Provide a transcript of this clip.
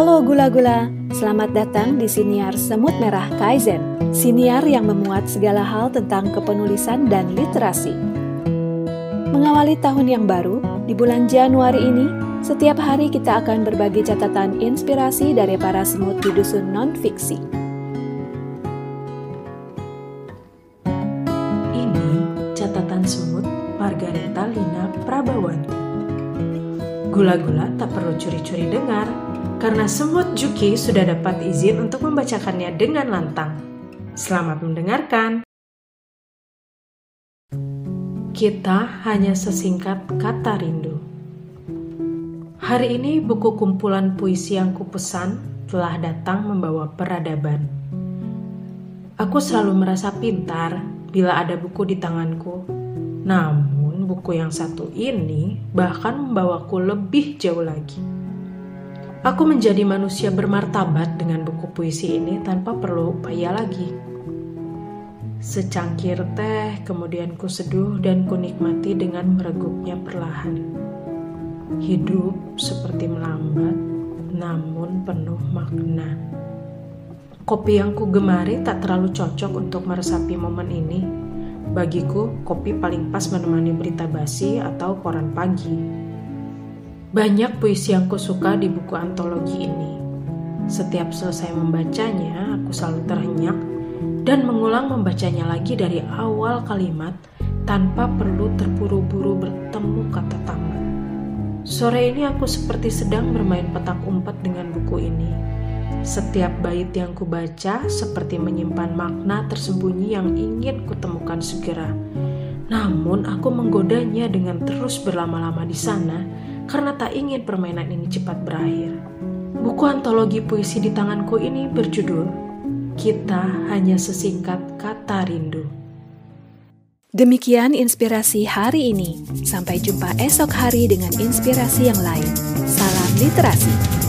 Halo gula-gula, selamat datang di Siniar Semut Merah Kaizen, siniar yang memuat segala hal tentang kepenulisan dan literasi. Mengawali tahun yang baru, di bulan Januari ini, setiap hari kita akan berbagi catatan inspirasi dari para semut di dusun non-fiksi. Ini catatan semut Margareta Lina Prabawanti. Gula-gula tak perlu curi-curi dengar, karena semut Juki sudah dapat izin untuk membacakannya dengan lantang. Selamat mendengarkan. Kita hanya sesingkat kata rindu. Hari ini buku kumpulan puisi yang kupesan telah datang membawa peradaban. Aku selalu merasa pintar bila ada buku di tanganku. Namun buku yang satu ini bahkan membawaku lebih jauh lagi. Aku menjadi manusia bermartabat dengan buku puisi ini tanpa perlu upaya lagi. Secangkir teh kemudian kuseduh dan kunikmati dengan mereguknya perlahan. Hidup seperti melambat, namun penuh makna. Kopi yang kugemari tak terlalu cocok untuk meresapi momen ini. Bagiku, kopi paling pas menemani berita basi atau koran pagi. Banyak puisi yang kusuka di buku antologi ini. Setiap selesai membacanya, aku selalu terhenyak dan mengulang membacanya lagi dari awal kalimat tanpa perlu terburu-buru bertemu kata tamat. Sore ini aku seperti sedang bermain petak umpet dengan buku ini. Setiap bait yang kubaca seperti menyimpan makna tersembunyi yang ingin kutemukan segera. Namun aku menggodanya dengan terus berlama-lama di sana karena tak ingin permainan ini cepat berakhir. Buku antologi puisi di tanganku ini berjudul Kita Hanya Sesingkat Kata Rindu. Demikian inspirasi hari ini. Sampai jumpa esok hari dengan inspirasi yang lain. Salam literasi.